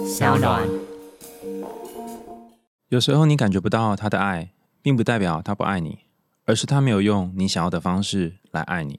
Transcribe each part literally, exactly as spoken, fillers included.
小暖。 有时候你感觉不到他的爱，并不代表他不爱你，而是他没有用你想要的方式来爱你。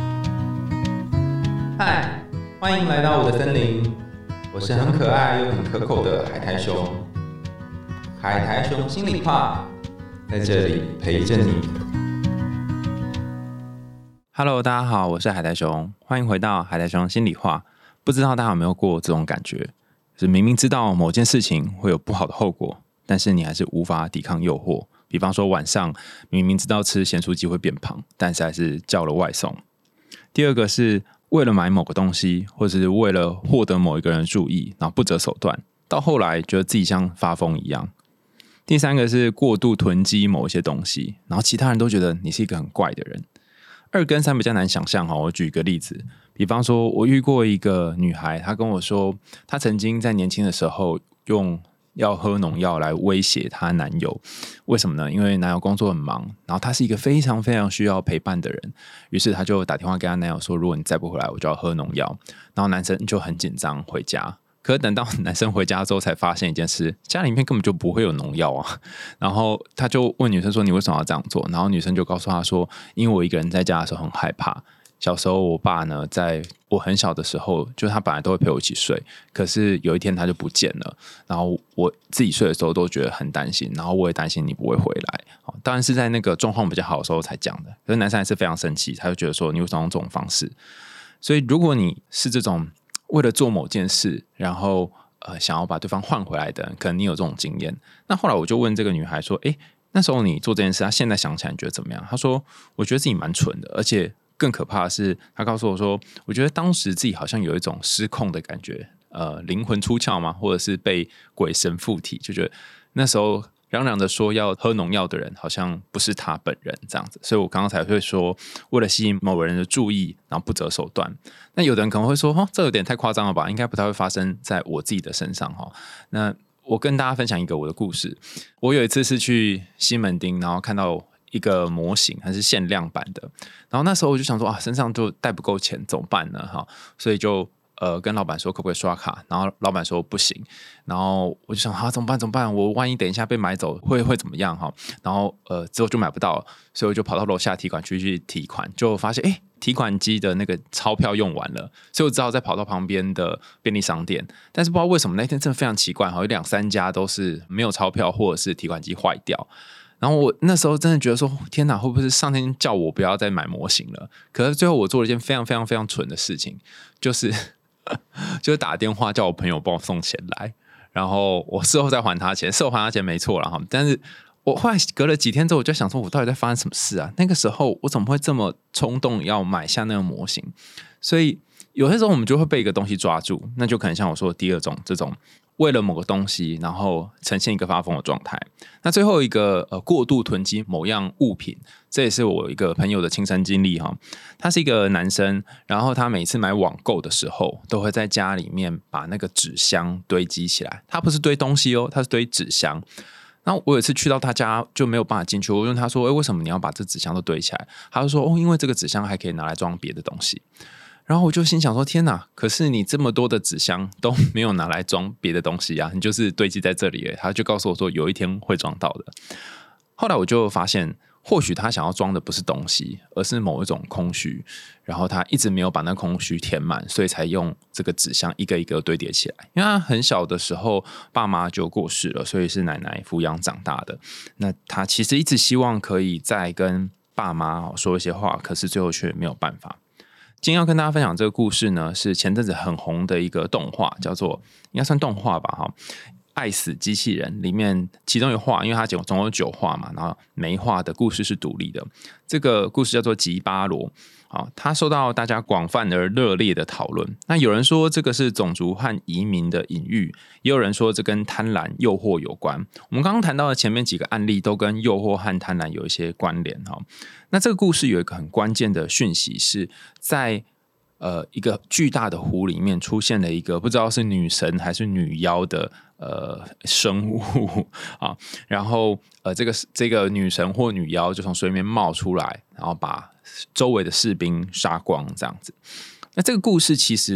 嗨，欢迎来到我的森林，我是很可爱又很可口的海苔熊。海苔熊心里话，在这里陪着你。Hello， 大家好，我是海苔熊，欢迎回到海苔熊心里话。不知道大家有没有过这种感觉，是明明知道某件事情会有不好的后果，但是你还是无法抵抗诱惑。比方说晚上明明知道吃咸酥鸡会变胖，但是还是叫了外送。第二个是为了买某个东西，或者是为了获得某一个人的注意，然后不择手段，到后来觉得自己像发疯一样。第三个是过度囤积某一些东西，然后其他人都觉得你是一个很怪的人。二跟三比较难想象，我举一个例子，比方说我遇过一个女孩，她跟我说她曾经在年轻的时候用要喝农药来威胁她男友。为什么呢？因为男友工作很忙，然后她是一个非常非常需要陪伴的人，于是她就打电话跟她男友说，如果你再不回来我就要喝农药。然后男生就很紧张回家，可是等到男生回家之后才发现一件事，家里面根本就不会有农药啊。然后他就问女生说，你为什么要这样做？然后女生就告诉他说，因为我一个人在家的时候很害怕，小时候我爸呢在我很小的时候，就他本来都会陪我一起睡，可是有一天他就不见了，然后我自己睡的时候都觉得很担心，然后我也担心你不会回来。当然是在那个状况比较好的时候才讲的，可是男生还是非常生气，他就觉得说你为什么用这种方式？所以如果你是这种为了做某件事，然后呃想要把对方换回来的人，可能你有这种经验。那后来我就问这个女孩说，诶，那时候你做这件事，她现在想起来你觉得怎么样？她说，我觉得自己蛮蠢的，而且更可怕的是，她告诉我说，我觉得当时自己好像有一种失控的感觉，呃，灵魂出窍嘛，或者是被鬼神附体，就觉得那时候嚷嚷着说要喝农药的人好像不是他本人这样子，所以我刚刚才会说为了吸引某个人的注意然后不择手段。那有的人可能会说、哦、这有点太夸张了吧，应该不太会发生在我自己的身上。那我跟大家分享一个我的故事。我有一次是去西门町，然后看到一个模型，它是限量版的，然后那时候我就想说啊，身上就带不够钱怎么办呢？所以就呃，跟老板说可不可以刷卡，然后老板说不行，然后我就想啊，怎么办怎么办？我万一等一下被买走会会怎么样哈？然后呃之后就买不到了，所以我就跑到楼下提款区去提款，就发现哎，提款机的那个钞票用完了，所以我只好再跑到旁边的便利商店，但是不知道为什么那天真的非常奇怪，有两三家都是没有钞票或者是提款机坏掉。然后我那时候真的觉得说，天哪，会不会是上天叫我不要再买模型了？可是最后我做了一件非常非常非常蠢的事情，就是就是打电话叫我朋友帮我送钱来，然后我事后再还他钱，事后还他钱没错啦，但是我后来隔了几天之后，我就想说，我到底在发生什么事啊？那个时候我怎么会这么冲动要买下那个模型？所以有些时候我们就会被一个东西抓住，那就可能像我说的第二种这种为了某个东西，然后呈现一个发疯的状态。那最后一个呃，过度囤积某样物品，这也是我一个朋友的亲身经历哈。他是一个男生，然后他每次买网购的时候，都会在家里面把那个纸箱堆积起来。他不是堆东西哦，他是堆纸箱。然后我有一次去到他家就没有办法进去，我问他说：“哎，为什么你要把这纸箱都堆起来？”他就说：“哦，因为这个纸箱还可以拿来装别的东西。”然后我就心想说，天哪，可是你这么多的纸箱都没有拿来装别的东西啊，你就是堆积在这里。他就告诉我说有一天会装到的。后来我就发现，或许他想要装的不是东西，而是某一种空虚，然后他一直没有把那空虚填满，所以才用这个纸箱一个一个堆叠起来。因为他很小的时候爸妈就过世了，所以是奶奶抚养长大的。那他其实一直希望可以再跟爸妈说一些话，可是最后却没有办法。今天要跟大家分享这个故事呢，是前阵子很红的一个动画，叫做应该算动画吧哈，爱死机器人里面其中一话，因为它总共有九话嘛，然后每一话的故事是独立的。这个故事叫做吉巴罗，啊，它受到大家广泛而热烈的讨论。那有人说这个是种族和移民的隐喻，也有人说这跟贪婪、诱惑有关。我们刚刚谈到的前面几个案例都跟诱惑和贪婪有一些关联哈。那这个故事有一个很关键的讯息是在。呃，一个巨大的湖里面出现了一个不知道是女神还是女妖的呃生物啊，然后呃这个这个女神或女妖就从水里面冒出来，然后把周围的士兵杀光这样子。那这个故事其实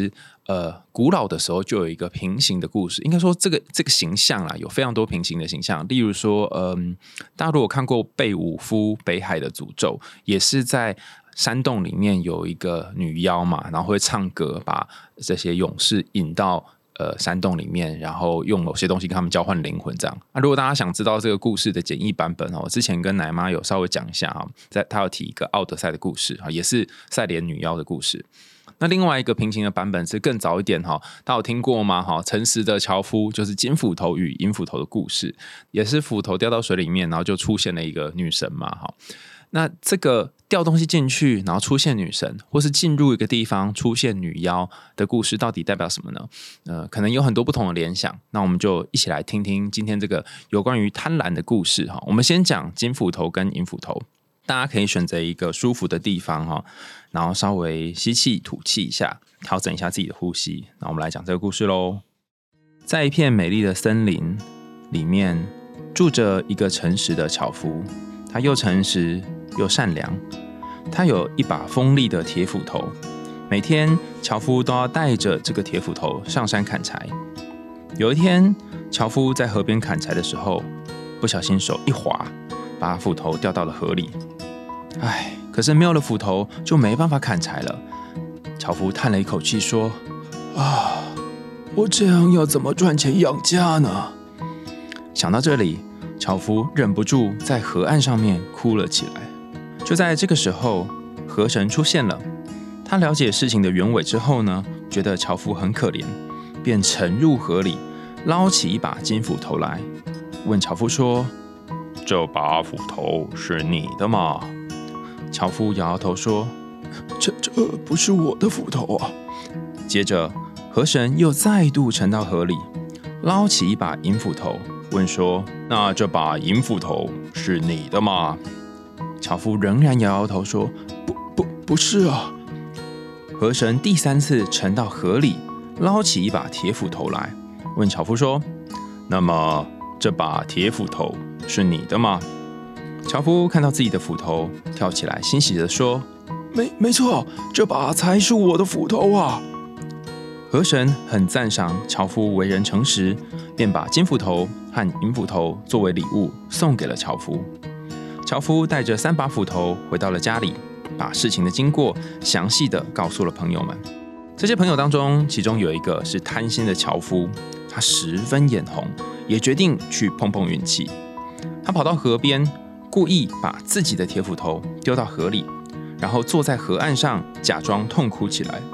呃，古老的时候就有一个平行的故事，应该说这个这个形象啦，有非常多平行的形象。例如说，嗯、呃，大家如果看过贝武夫北海的诅咒，也是在山洞里面有一个女妖嘛，然后会唱歌，把这些勇士引到呃山洞里面，然后用某些东西跟他们交换灵魂这样。那、啊、如果大家想知道这个故事的简易版本哦，我之前跟奶妈有稍微讲一下啊，在他有提一个奥德赛的故事啊，也是赛莲女妖的故事。那另外一个平行的版本是更早一点哈，大家有听过吗？哈，诚实的樵夫就是金斧头与银斧头的故事，也是斧头掉到水里面，然后就出现了一个女神嘛，哈。那这个掉东西进去，然后出现女神，或是进入一个地方出现女妖的故事，到底代表什么呢？呃，可能有很多不同的联想。那我们就一起来听听今天这个有关于贪婪的故事哈。我们先讲金斧头跟银斧头，大家可以选择一个舒服的地方哈，然后稍微吸气吐气一下，调整一下自己的呼吸。那我们来讲这个故事喽。在一片美丽的森林里面，住着一个诚实的樵夫，他又诚实又善良，他有一把锋利的铁斧头，每天樵夫都要带着这个铁斧头上山砍柴。有一天，樵夫在河边砍柴的时候，不小心手一滑，把斧头掉到了河里。唉，可是没有了斧头就没办法砍柴了。樵夫叹了一口气说：啊，我这样要怎么赚钱养家呢？想到这里，樵夫忍不住在河岸上面哭了起来。就在这个时候，河神出现了。他了解事情的原委之后呢，觉得樵夫很可怜，便沉入河里，捞起一把金斧头来，问樵夫说：这把斧头是你的吗？樵夫摇摇头说：这这不是我的斧头啊。接着，河神又再度沉到河里，捞起一把银斧头，问说：那这把银斧头是你的吗？樵夫仍然摇摇头说：不不不是啊。河神第三次沉到河里，捞起一把铁斧头来，问樵夫说：那么这把铁斧头是你的吗？樵夫看到自己的斧头，跳起来欣喜地说：没没错，这把才是我的斧头啊。河神很赞赏樵夫为人诚实，便把金斧头和银斧头作为礼物送给了樵夫。樵夫带着三把斧头回到了家里，把事情的经过详细的告诉了朋友们。这些朋友当中，其中有一个是贪心的樵夫，他十分眼红，也决定去碰碰运气。他跑到河边，故意把自己的铁斧头丢到河里，然后坐在河岸上假装痛哭起来。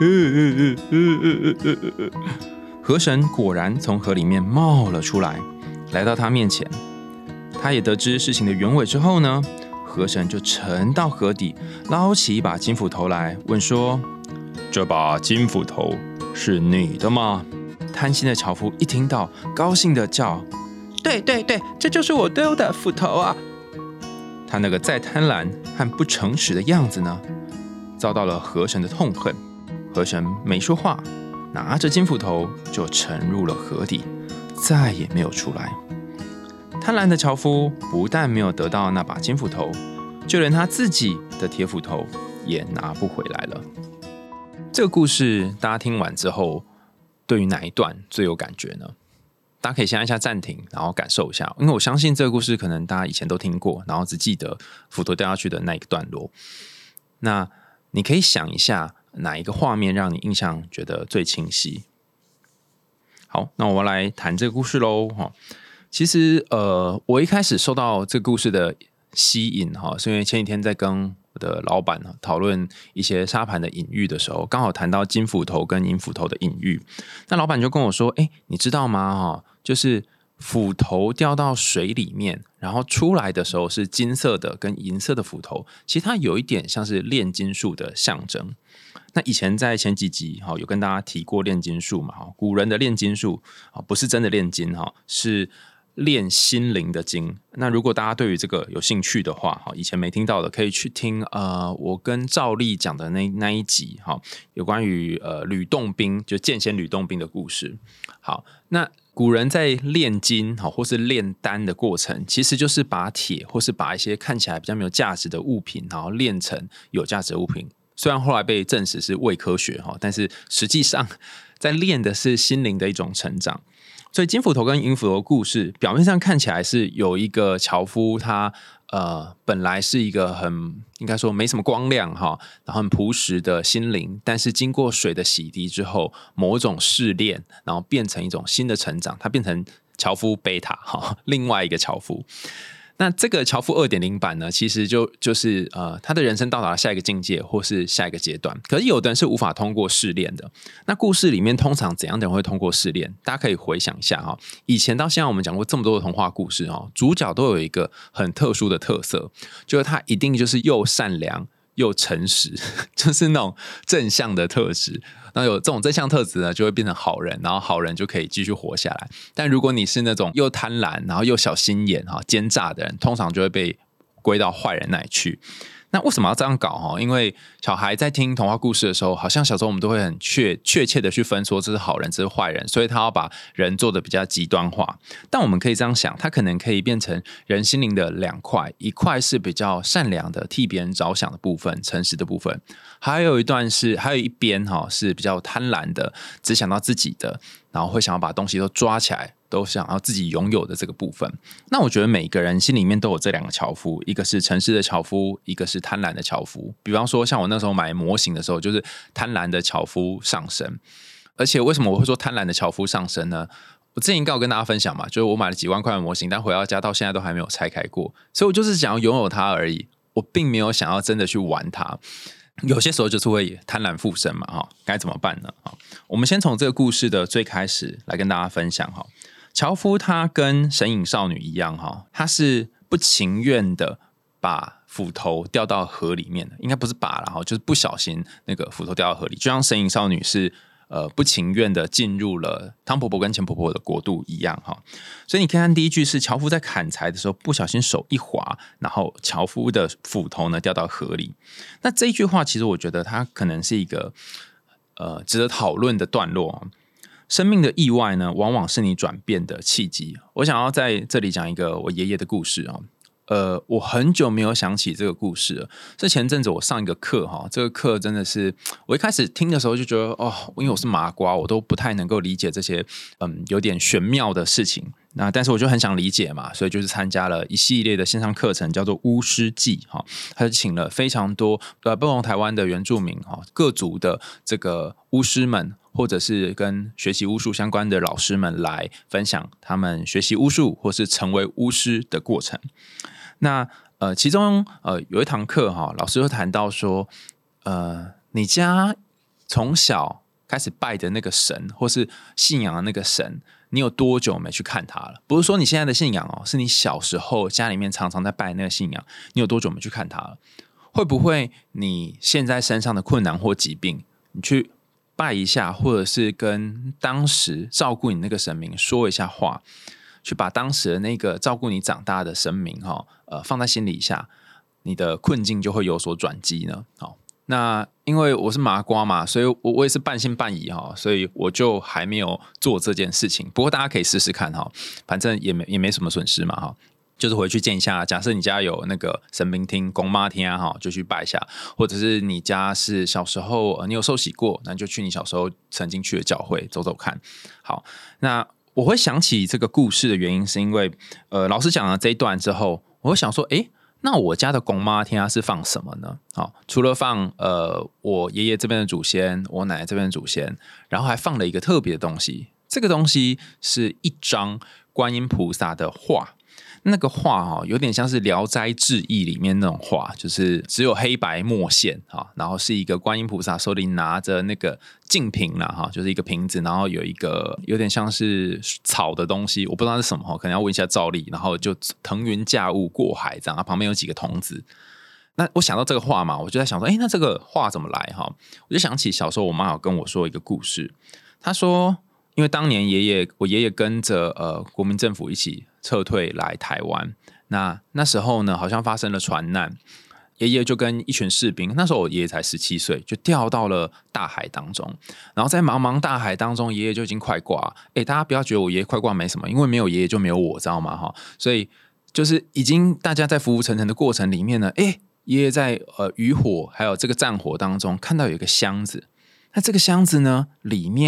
河神果然从河里面冒了出来，来到他面前。他也得知事情的原委之后呢，河神就沉到河底，捞起一把金斧头来，问说：这把金斧头是你的吗？贪心的樵夫一听到，高兴的叫：对对对，这就是我丢的斧头啊！他那个再贪婪和不诚实的样子呢，遭到了河神的痛恨。河神没说话，拿着金斧头就沉入了河底，再也没有出来。贪婪的樵夫不但没有得到那把金斧头，就连他自己的铁斧头也拿不回来了。这个故事大家听完之后，对于哪一段最有感觉呢？大家可以先按一下暂停，然后感受一下，因为我相信这个故事可能大家以前都听过，然后只记得斧头掉下去的那一个段落。那你可以想一下，哪一个画面让你印象觉得最清晰？好，那我们来谈这个故事喽。其实，呃，我一开始受到这个故事的吸引，哈，是因为前几天在跟我的老板讨论一些沙盘的隐喻的时候，刚好谈到金斧头跟银斧头的隐喻。那老板就跟我说：“哎，你知道吗？哈，就是斧头掉到水里面，然后出来的时候是金色的跟银色的斧头，其实它有一点像是炼金术的象征。”那以前在前几集有跟大家提过炼金术嘛，古人的炼金术不是真的炼金，是练心灵的经。那如果大家对于这个有兴趣的话，以前没听到的可以去听呃，我跟赵丽讲的那那一集，有关于呃吕洞宾，就剑仙吕洞宾的故事。好，那古人在炼金或是炼丹的过程，其实就是把铁或是把一些看起来比较没有价值的物品，然后炼成有价值的物品。虽然后来被证实是伪科学，但是实际上在练的是心灵的一种成长。所以金斧头跟银斧头的故事表面上看起来是有一个樵夫，他呃本来是一个很应该说没什么光亮哈，然后很朴实的心灵，但是经过水的洗涤之后，某种试炼，然后变成一种新的成长，他变成樵夫贝塔哈，另外一个樵夫。那这个樵夫 二点零 版呢，其实就就是呃，他的人生到达了下一个境界或是下一个阶段。可是有的人是无法通过试炼的。那故事里面通常怎样的人会通过试炼？大家可以回想一下哈，以前到现在我们讲过这么多的童话故事哈，主角都有一个很特殊的特色，就是他一定就是又善良又诚实，就是那种正向的特质。那有这种正向特质呢，就会变成好人，然后好人就可以继续活下来。但如果你是那种又贪婪，然后又小心眼、奸诈的人，通常就会被归到坏人那里去。那为什么要这样搞？因为小孩在听童话故事的时候，好像小时候我们都会很确确切的去分说这是好人，这是坏人，所以他要把人做的比较极端化。但我们可以这样想，他可能可以变成人心灵的两块，一块是比较善良的，替别人着想的部分，诚实的部分，还有一段是，还有一边是比较贪婪的，只想到自己的，然后会想要把东西都抓起来，都想要自己拥有的这个部分。那我觉得每个人心里面都有这两个樵夫，一个是诚实的樵夫，一个是贪婪的樵夫。比方说像我那时候买模型的时候，就是贪婪的樵夫上身。而且为什么我会说贪婪的樵夫上身呢？我之前应该有跟大家分享嘛，就是我买了几万块的模型，但回到家到现在都还没有拆开过，所以我就是想要拥有它而已，我并没有想要真的去玩它。有些时候就是会贪婪附身嘛，该怎么办呢？我们先从这个故事的最开始来跟大家分享。樵夫他跟神隐少女一样，他是不情愿的把斧头掉到河里面的，应该不是把啦，就是不小心那个斧头掉到河里，就像神隐少女是呃不情愿的进入了汤婆婆跟钱婆婆的国度一样哈。所以你看看第一句是樵夫在砍柴的时候不小心手一滑，然后樵夫的斧头呢掉到河里。那这一句话其实我觉得它可能是一个呃值得讨论的段落。生命的意外呢，往往是你转变的契机。我想要在这里讲一个我爷爷的故事啊。呃，我很久没有想起这个故事了。是前阵子我上一个课哈，这个课真的是我一开始听的时候就觉得哦，因为我是麻瓜，我都不太能够理解这些嗯有点玄妙的事情。那但是我就很想理解嘛，所以就是参加了一系列的线上课程，叫做巫师记哈。他就请了非常多呃不同台湾的原住民哈，各族的这个巫师们，或者是跟学习巫术相关的老师们来分享他们学习巫术或是成为巫师的过程。那呃，其中呃有一堂课哈，老师会谈到说，呃，你家从小开始拜的那个神，或是信仰的那个神，你有多久没去看他了？不是说你现在的信仰哦，是你小时候家里面常常在拜的那个信仰，你有多久没去看他了？会不会你现在身上的困难或疾病，你去拜一下，或者是跟当时照顾你那个神明说一下话？去把当时的那个照顾你长大的神明哈，呃，放在心里一下，你的困境就会有所转机呢。好，那因为我是麻瓜嘛，所以我我也是半信半疑哈，所以我就还没有做这件事情。不过大家可以试试看哈，反正也没也没什么损失嘛哈。就是回去见一下，假设你家有那个神明厅、公妈厅啊，就去拜一下；或者是你家是小时候、呃、你有受洗过，那就去你小时候曾经去的教会走走看。好，那我会想起这个故事的原因，是因为呃，老师讲了这一段之后，我会想说，诶，那我家的公妈厅是放什么呢？好，除了放呃我爷爷这边的祖先，我奶奶这边的祖先，然后还放了一个特别的东西。这个东西是一张观音菩萨的画。那个画、哦、有点像是《聊斋志异》里面那种画，就是只有黑白墨线、哦、然后是一个观音菩萨手里拿着那个净瓶啦、哦、就是一个瓶子，然后有一个有点像是草的东西，我不知道是什么，可能要问一下赵丽，然后就腾云驾雾过海这样，旁边有几个童子。那我想到这个画嘛，我就在想说，哎，那这个画怎么来哈？我就想起小时候我妈有跟我说一个故事，她说，因为当年爷爷，我爷爷跟着呃国民政府一起撤退来台湾，那那时候呢，好像发生了船难，爷爷就跟一群士兵，那时候我爷爷才十七岁，就掉到了大海当中。然后在茫茫大海当中，爷爷就已经快挂。哎，大家不要觉得我爷爷快挂没什么，因为没有爷爷就没有我，知道吗？哈，所以就是已经大家在浮浮沉沉的过程里面呢，哎，爷爷在呃渔火还有这个战火当中看到有一个箱子，那这个箱子呢里面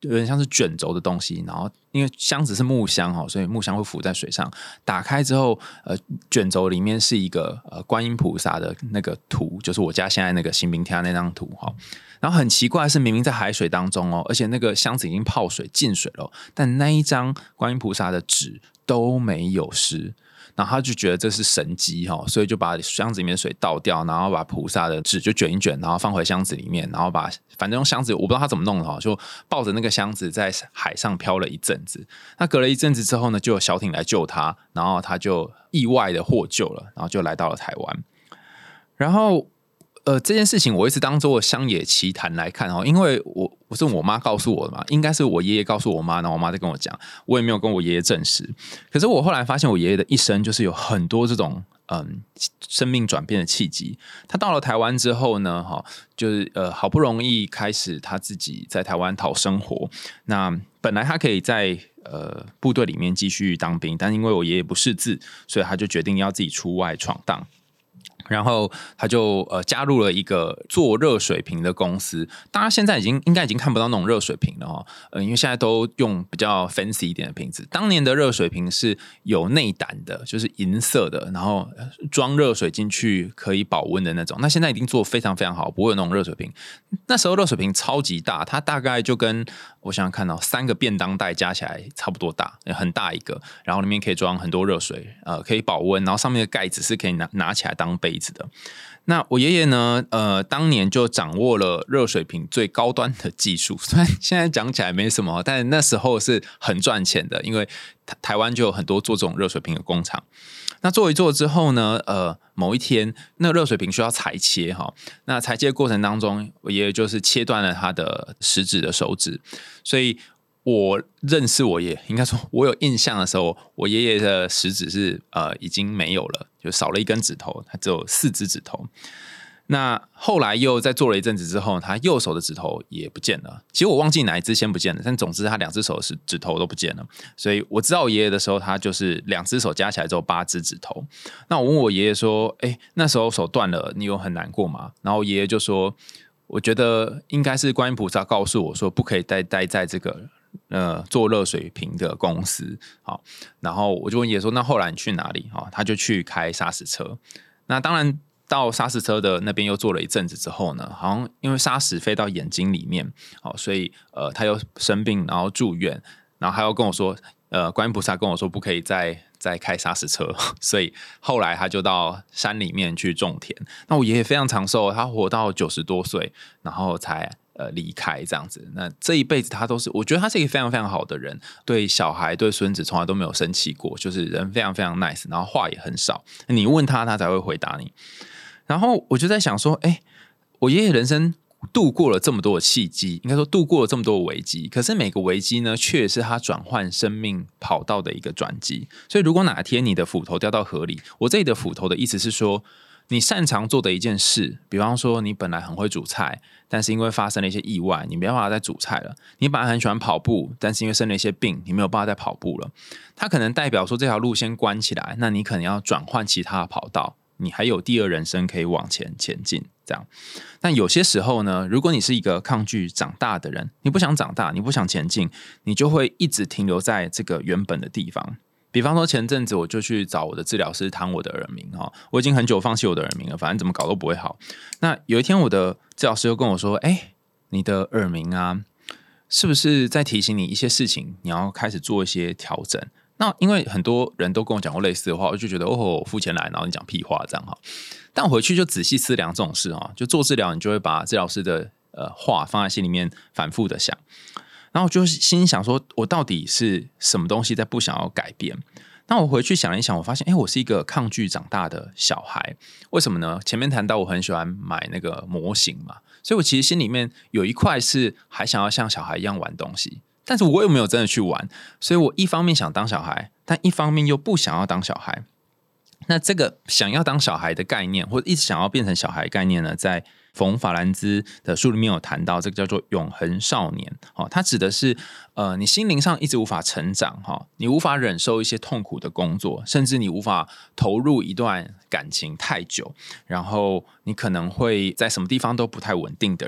有点像是卷轴的东西，然后因为箱子是木箱，所以木箱会浮在水上。打开之后，呃，卷轴里面是一个呃观音菩萨的那个图，就是我家现在那个新兵天那张图哈。然后很奇怪的是，明明在海水当中哦，而且那个箱子已经泡水进水了，但那一张观音菩萨的纸都没有湿。然后他就觉得这是神机，所以就把箱子里面的水倒掉，然后把菩萨的纸就卷一卷，然后放回箱子里面，然后把反正用箱子我不知道他怎么弄的，就抱着那个箱子在海上漂了一阵子。那隔了一阵子之后呢，就有小艇来救他，然后他就意外的获救了，然后就来到了台湾。然后呃，这件事情我一直当作乡野奇谈来看哦，因为我我是我妈告诉我的嘛，应该是我爷爷告诉我妈，然后我妈在跟我讲，我也没有跟我爷爷证实。可是我后来发现，我爷爷的一生就是有很多这种嗯生命转变的契机。他到了台湾之后呢，哈，就是呃好不容易开始他自己在台湾讨生活。那本来他可以在呃部队里面继续当兵，但因为我爷爷不识字，所以他就决定要自己出外闯荡。然后他就呃加入了一个做热水瓶的公司，大家现在已经应该已经看不到那种热水瓶了哦，呃，因为现在都用比较 fancy 一点的瓶子。当年的热水瓶是有内胆的，就是银色的，然后装热水进去可以保温的那种。那现在已经做非常非常好，不会有那种热水瓶。那时候热水瓶超级大，它大概就跟我想想看到、哦、三个便当袋加起来差不多大，很大一个，然后里面可以装很多热水，呃，可以保温，然后上面的盖子是可以拿拿起来当杯子的。那我爷爷呢，呃，当年就掌握了热水瓶最高端的技术，虽然现在讲起来没什么，但那时候是很赚钱的，因为台湾就有很多做这种热水瓶的工厂。那做一做之后呢，呃，某一天那个热水瓶需要裁切哈，那裁切的过程当中，我爷爷就是切断了他的食指的手指，所以我认识我爷，应该说我有印象的时候，我爷爷的食指是呃已经没有了，就少了一根指头，他只有四只指头。那后来又在做了一阵子之后，他右手的指头也不见了。其实我忘记哪一只先不见了，但总之他两只手的指头都不见了。所以我知道我爷爷的时候，他就是两只手加起来只有八只指头。那我问我爷爷说：“哎，那时候手断了，你有很难过吗？”然后我爷爷就说：“我觉得应该是观音菩萨告诉我说，不可以再待在这个呃做热水瓶的公司。”好，然后我就问爷爷说：“那后来你去哪里？”好，他就去开砂石车。那当然。到砂石车的那边又做了一阵子之后呢，好像因为砂石飞到眼睛里面，哦，所以呃他又生病，然后住院，然后他又跟我说，呃，观音菩萨跟我说不可以再再开砂石车，所以后来他就到山里面去种田。那我爷爷非常长寿，他活到九十多岁，然后才呃离开这样子。那这一辈子他都是，我觉得他是一个非常非常好的人，对小孩对孙子从来都没有生气过，就是人非常非常 nice， 然后话也很少，你问他他才会回答你。然后我就在想说，哎，我爷爷人生度过了这么多的契机，应该说度过了这么多的危机，可是每个危机呢，却是他转换生命跑道的一个转机。所以如果哪天你的斧头掉到河里，我这里的斧头的意思是说，你擅长做的一件事，比方说你本来很会煮菜，但是因为发生了一些意外，你没办法再煮菜了。你本来很喜欢跑步，但是因为生了一些病，你没有办法再跑步了。它可能代表说这条路先关起来，那你可能要转换其他的跑道，你还有第二人生可以往前前进，这样。但有些时候呢，如果你是一个抗拒长大的人，你不想长大，你不想前进，你就会一直停留在这个原本的地方。比方说前阵子我就去找我的治疗师谈我的耳鸣，我已经很久放弃我的耳鸣了，反正怎么搞都不会好。那有一天我的治疗师又跟我说，哎，你的耳鸣啊，是不是在提醒你一些事情，你要开始做一些调整？那因为很多人都跟我讲过类似的话，我就觉得哦，付钱来，然后你讲屁话这样哈。但我回去就仔细思量这种事哈，就做治疗，你就会把治疗师的呃话放在心里面，反复的想。然后我就心想说，我到底是什么东西在不想要改变？那我回去想一想，我发现，哎，我是一个抗拒长大的小孩。为什么呢？前面谈到我很喜欢买那个模型嘛，所以我其实心里面有一块是还想要像小孩一样玩东西。但是我又没有真的去玩，所以我一方面想当小孩，但一方面又不想要当小孩。那这个想要当小孩的概念，或者一直想要变成小孩的概念呢，在冯法兰兹的书里面有谈到，这个叫做永恒少年。哦，它指的是呃，你心灵上一直无法成长，哦，你无法忍受一些痛苦的工作，甚至你无法投入一段感情太久，然后你可能会在什么地方都不太稳定的人。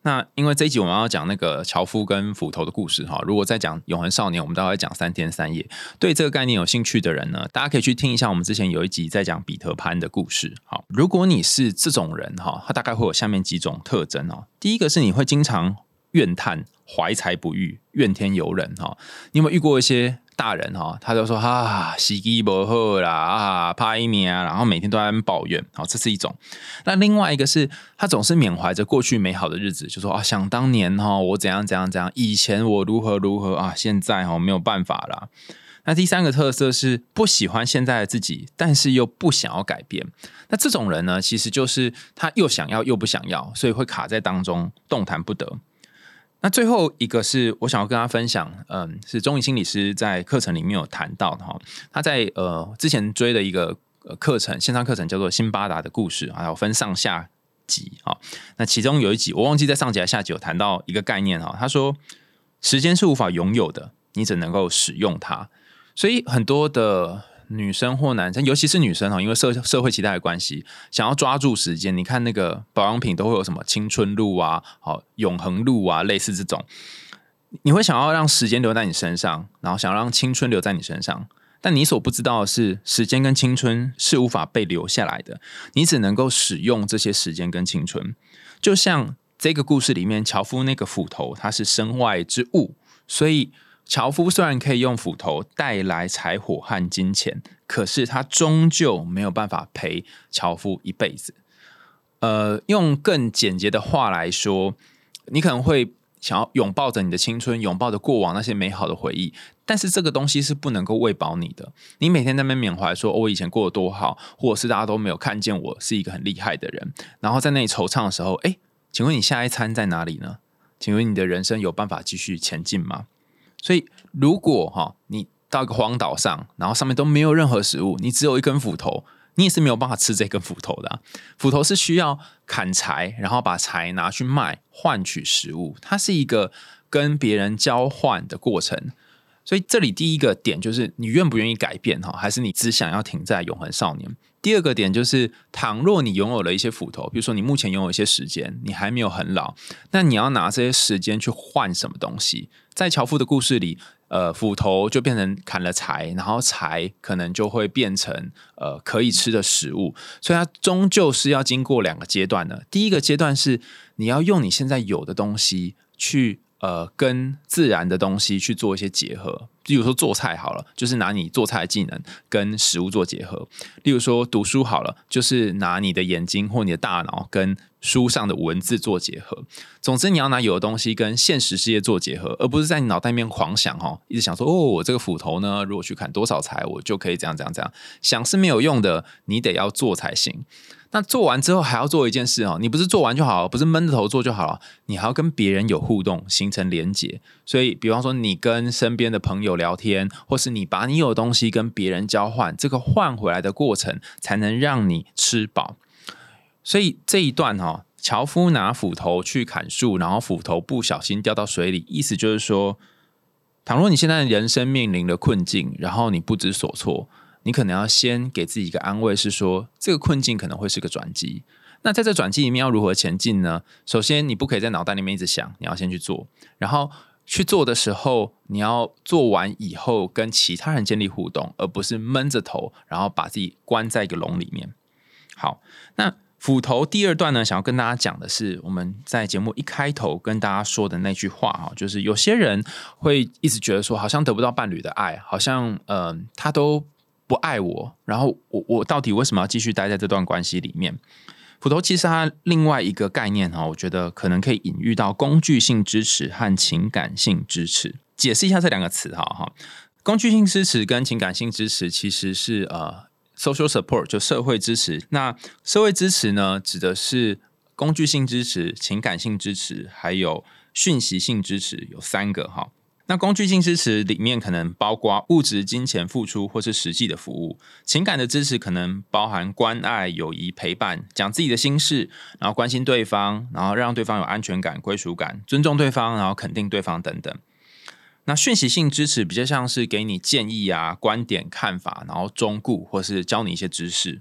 那因为这一集我们要讲那个樵夫跟斧头的故事哈，如果再讲永恒少年，我们大概讲三天三夜。对这个概念有兴趣的人呢，大家可以去听一下我们之前有一集在讲彼得潘的故事。好，如果你是这种人哈，他大概会有下面几种特征哦。第一个是你会经常怨叹怀才不遇，怨天尤人哈。你有没有遇过一些大人哈，他就说啊，时机不好啦，啊，怕一命啊，然后每天都在那边抱怨，好，这是一种。那另外一个是，他总是缅怀着过去美好的日子，就说啊，想当年哈，我怎样怎样怎样，以前我如何如何啊，现在哈没有办法啦。那第三个特色是不喜欢现在的自己，但是又不想要改变。那这种人呢，其实就是他又想要又不想要，所以会卡在当中，动弹不得。那最后一个是我想要跟他分享，嗯，是中医心理师在课程里面有谈到的哈。他在呃之前追的一个课程，线上课程叫做《辛巴达的故事》，还有分上下集啊。那其中有一集我忘记在上集还是下集有谈到一个概念哈，他说时间是无法拥有的，你只能够使用它。所以很多的女生或男生，尤其是女生，因为 社, 社会期待的关系，想要抓住时间。你看那个保养品都会有什么青春露啊、永恒露啊，类似这种，你会想要让时间留在你身上，然后想要让青春留在你身上。但你所不知道的是，时间跟青春是无法被留下来的，你只能够使用这些时间跟青春。就像这个故事里面，樵夫那个斧头，它是身外之物，所以樵夫虽然可以用斧头带来柴火和金钱，可是他终究没有办法陪樵夫一辈子。呃，用更简洁的话来说，你可能会想要拥抱着你的青春，拥抱着过往那些美好的回忆，但是这个东西是不能够喂饱你的。你每天在那边缅怀说、哦、我以前过得多好，或者是大家都没有看见我是一个很厉害的人，然后在那里惆怅的时候，哎，请问你下一餐在哪里呢？请问你的人生有办法继续前进吗？所以如果、哦、你到一个荒岛上，然后上面都没有任何食物，你只有一根斧头，你也是没有办法吃这根斧头的、啊、斧头是需要砍柴，然后把柴拿去卖换取食物，它是一个跟别人交换的过程。所以这里第一个点就是你愿不愿意改变，还是你只想要停在永恒少年。第二个点就是倘若你拥有了一些斧头，比如说你目前拥有一些时间，你还没有很老，那你要拿这些时间去换什么东西？在樵夫的故事里，呃，斧头就变成砍了柴，然后柴可能就会变成呃可以吃的食物，所以它终究是要经过两个阶段的。第一个阶段是你要用你现在有的东西去呃跟自然的东西去做一些结合，例如说做菜好了，就是拿你做菜的技能跟食物做结合；例如说读书好了，就是拿你的眼睛或你的大脑跟书上的文字做结合。总之你要拿有的东西跟现实世界做结合，而不是在你脑袋里面狂想、哦、一直想说哦，我这个斧头呢，如果去砍多少柴我就可以这样这样这样，想是没有用的，你得要做才行。那做完之后还要做一件事、哦、你不是做完就好了，不是闷着头做就好了，你还要跟别人有互动，形成连结。所以比方说你跟身边的朋友聊天，或是你把你有的东西跟别人交换，这个换回来的过程才能让你吃饱。所以这一段、哦、樵夫拿斧头去砍树，然后斧头不小心掉到水里，意思就是说，倘若你现在人生面临了困境，然后你不知所措，你可能要先给自己一个安慰，是说这个困境可能会是个转机。那在这转机里面要如何前进呢？首先你不可以在脑袋里面一直想，你要先去做，然后去做的时候你要做完以后跟其他人建立互动，而不是闷着头然后把自己关在一个笼里面。好，那斧头第二段呢，想要跟大家讲的是我们在节目一开头跟大家说的那句话，就是有些人会一直觉得说好像得不到伴侣的爱，好像、呃、他都不爱我，然后 我, 我到底为什么要继续待在这段关系里面？斧头其实它另外一个概念，我觉得可能可以隐喻到工具性支持和情感性支持。解释一下这两个词哈，工具性支持跟情感性支持其实是呃 social support 就社会支持。那社会支持呢，指的是工具性支持、情感性支持还有讯息性支持，有三个哈。那工具性支持里面可能包括物质、金钱付出或是实际的服务，情感的支持可能包含关爱、友谊、陪伴，讲自己的心事，然后关心对方，然后让对方有安全感、归属感，尊重对方，然后肯定对方等等。那讯息性支持比较像是给你建议啊、观点、看法，然后忠告或是教你一些知识。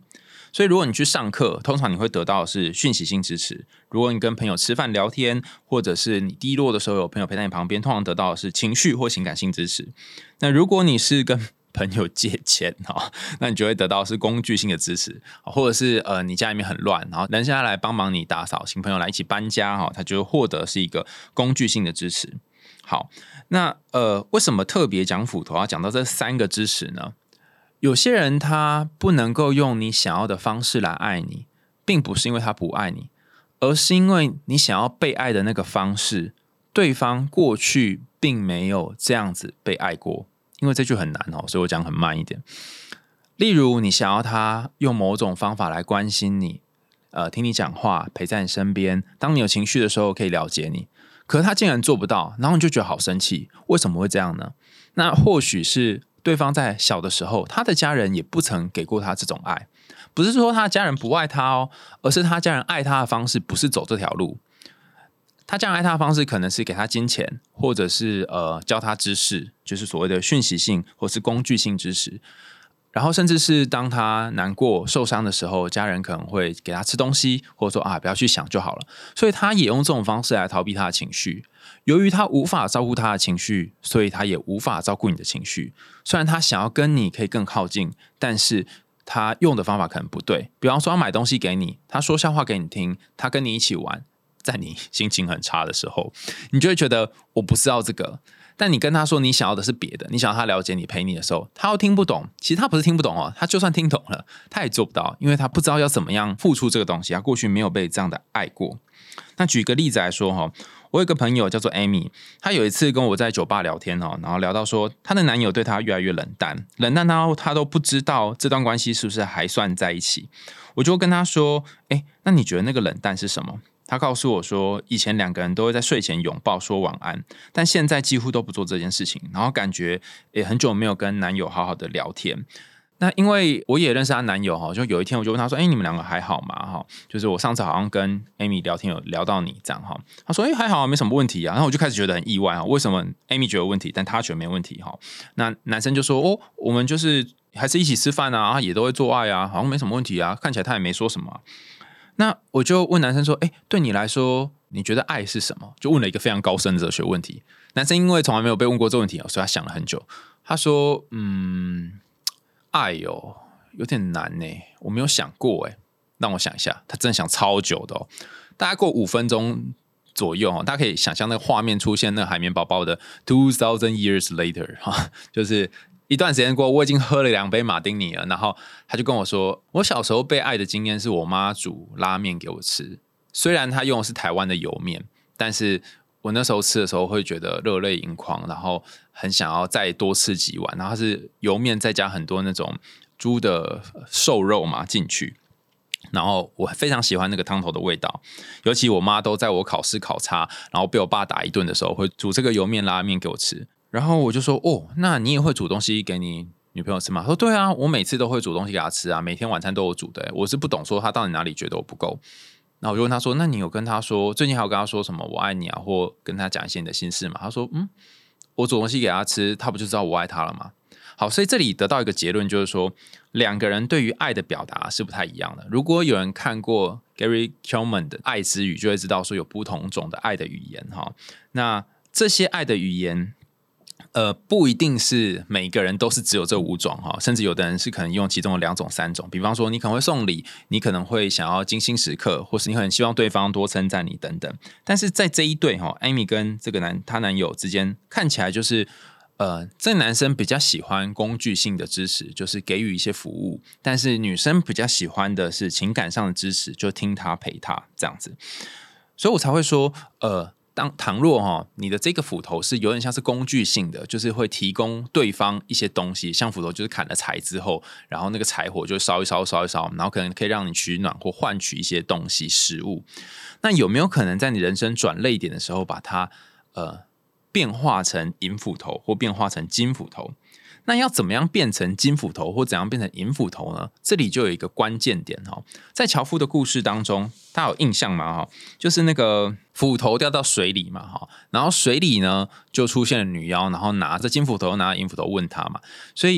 所以如果你去上课，通常你会得到的是讯息性支持；如果你跟朋友吃饭聊天，或者是你低落的时候有朋友陪在你旁边，通常得到的是情绪或情感性支持。那如果你是跟朋友借钱，那你就会得到是工具性的支持，或者是呃你家里面很乱，然后人家来帮忙你打扫，请朋友来一起搬家，他就会获得是一个工具性的支持。好，那呃为什么特别讲斧头要讲到这三个支持呢？有些人他不能够用你想要的方式来爱你，并不是因为他不爱你，而是因为你想要被爱的那个方式，对方过去并没有这样子被爱过。因为这句很难哦，所以我讲很慢一点。例如，你想要他用某种方法来关心你，呃，听你讲话，陪在你身边，当你有情绪的时候可以了解你。可是他竟然做不到，然后你就觉得好生气，为什么会这样呢？那或许是对方在小的时候，他的家人也不曾给过他这种爱，不是说他的家人不爱他哦，而是他家人爱他的方式不是走这条路。他这样爱他的方式可能是给他金钱，或者是呃教他知识，就是所谓的讯息性或是工具性知识。然后甚至是当他难过受伤的时候，家人可能会给他吃东西，或者说啊不要去想就好了。所以他也用这种方式来逃避他的情绪。由于他无法照顾他的情绪，所以他也无法照顾你的情绪。虽然他想要跟你可以更靠近，但是他用的方法可能不对。比方说他买东西给你，他说笑话给你听，他跟你一起玩，在你心情很差的时候，你就会觉得我不是要这个。但你跟他说你想要的是别的，你想要他了解你陪你的时候，他又听不懂。其实他不是听不懂哦，他就算听懂了他也做不到，因为他不知道要怎么样付出这个东西，他过去没有被这样的爱过。那举一个例子来说，我有一个朋友叫做 Amy， 她有一次跟我在酒吧聊天，然后聊到说她的男友对她越来越冷淡，冷淡到她都不知道这段关系是不是还算在一起。我就跟她说，欸，那你觉得那个冷淡是什么？他告诉我说，以前两个人都会在睡前拥抱说晚安，但现在几乎都不做这件事情，然后感觉也很久没有跟男友好好的聊天。那因为我也认识她男友，就有一天我就问他说，欸，你们两个还好吗？就是我上次好像跟 Amy 聊天有聊到你这样，他说，欸，还好，没什么问题啊。然后我就开始觉得很意外，为什么 Amy 觉得有问题，但他觉得没问题。那男生就说，哦，我们就是还是一起吃饭啊，也都会做爱啊，好像没什么问题啊，看起来他也没说什么啊。那我就问男生说，欸，对你来说你觉得爱是什么？就问了一个非常高深的哲学问题。男生因为从来没有被问过这个问题，所以他想了很久。他说，嗯，爱哦，有点难耶，我没有想过耶，让我想一下。他真的想超久的哦，大概过五分钟左右，大家可以想象那个画面出现那个海绵宝宝的 two thousand years later， 就是一段时间过后，我已经喝了两杯马丁尼了，然后他就跟我说，我小时候被爱的经验是我妈煮拉面给我吃，虽然她用的是台湾的油面，但是我那时候吃的时候会觉得热泪盈眶，然后很想要再多吃几碗，然后它是油面再加很多那种猪的瘦肉嘛进去，然后我非常喜欢那个汤头的味道，尤其我妈都在我考试考差，然后被我爸打一顿的时候，会煮这个油面拉面给我吃。然后我就说，哦，那你也会煮东西给你女朋友吃吗？他说，对啊，我每次都会煮东西给她吃啊，每天晚餐都有煮的。我是不懂说她到底哪里觉得我不够。然后我就问他说，那你有跟他说最近还有跟他说什么我爱你啊，或跟他讲一些你的心事吗？他说，嗯，我煮东西给他吃，他不就知道我爱他了吗？好，所以这里得到一个结论，就是说两个人对于爱的表达是不太一样的。如果有人看过 Gary Chapman 的爱之语，就会知道说有不同种的爱的语言。那这些爱的语言呃，不一定是每个人都是只有这五种哈，甚至有的人是可能用其中的两种、三种。比方说，你可能会送礼，你可能会想要精心时刻，或是你很希望对方多称赞你等等。但是在这一对哈 ，Amy 跟这个男她男友之间看起来就是，呃，这个男生比较喜欢工具性的支持，就是给予一些服务，但是女生比较喜欢的是情感上的支持，就听他陪他这样子。所以我才会说，呃。当倘若、哦、你的这个斧头是有点像是工具性的，就是会提供对方一些东西，像斧头就是砍了柴之后，然后那个柴火就烧一烧烧一烧，然后可能可以让你取暖或换取一些东西食物。那有没有可能在你人生转捩点的时候把它呃变化成银斧头或变化成金斧头？那要怎么样变成金斧头或怎样变成银斧头呢？这里就有一个关键点，在樵夫的故事当中，大家有印象吗？就是那个斧头掉到水里嘛，然后水里呢就出现了女妖，然后拿着金斧头拿着银斧头问他嘛，所以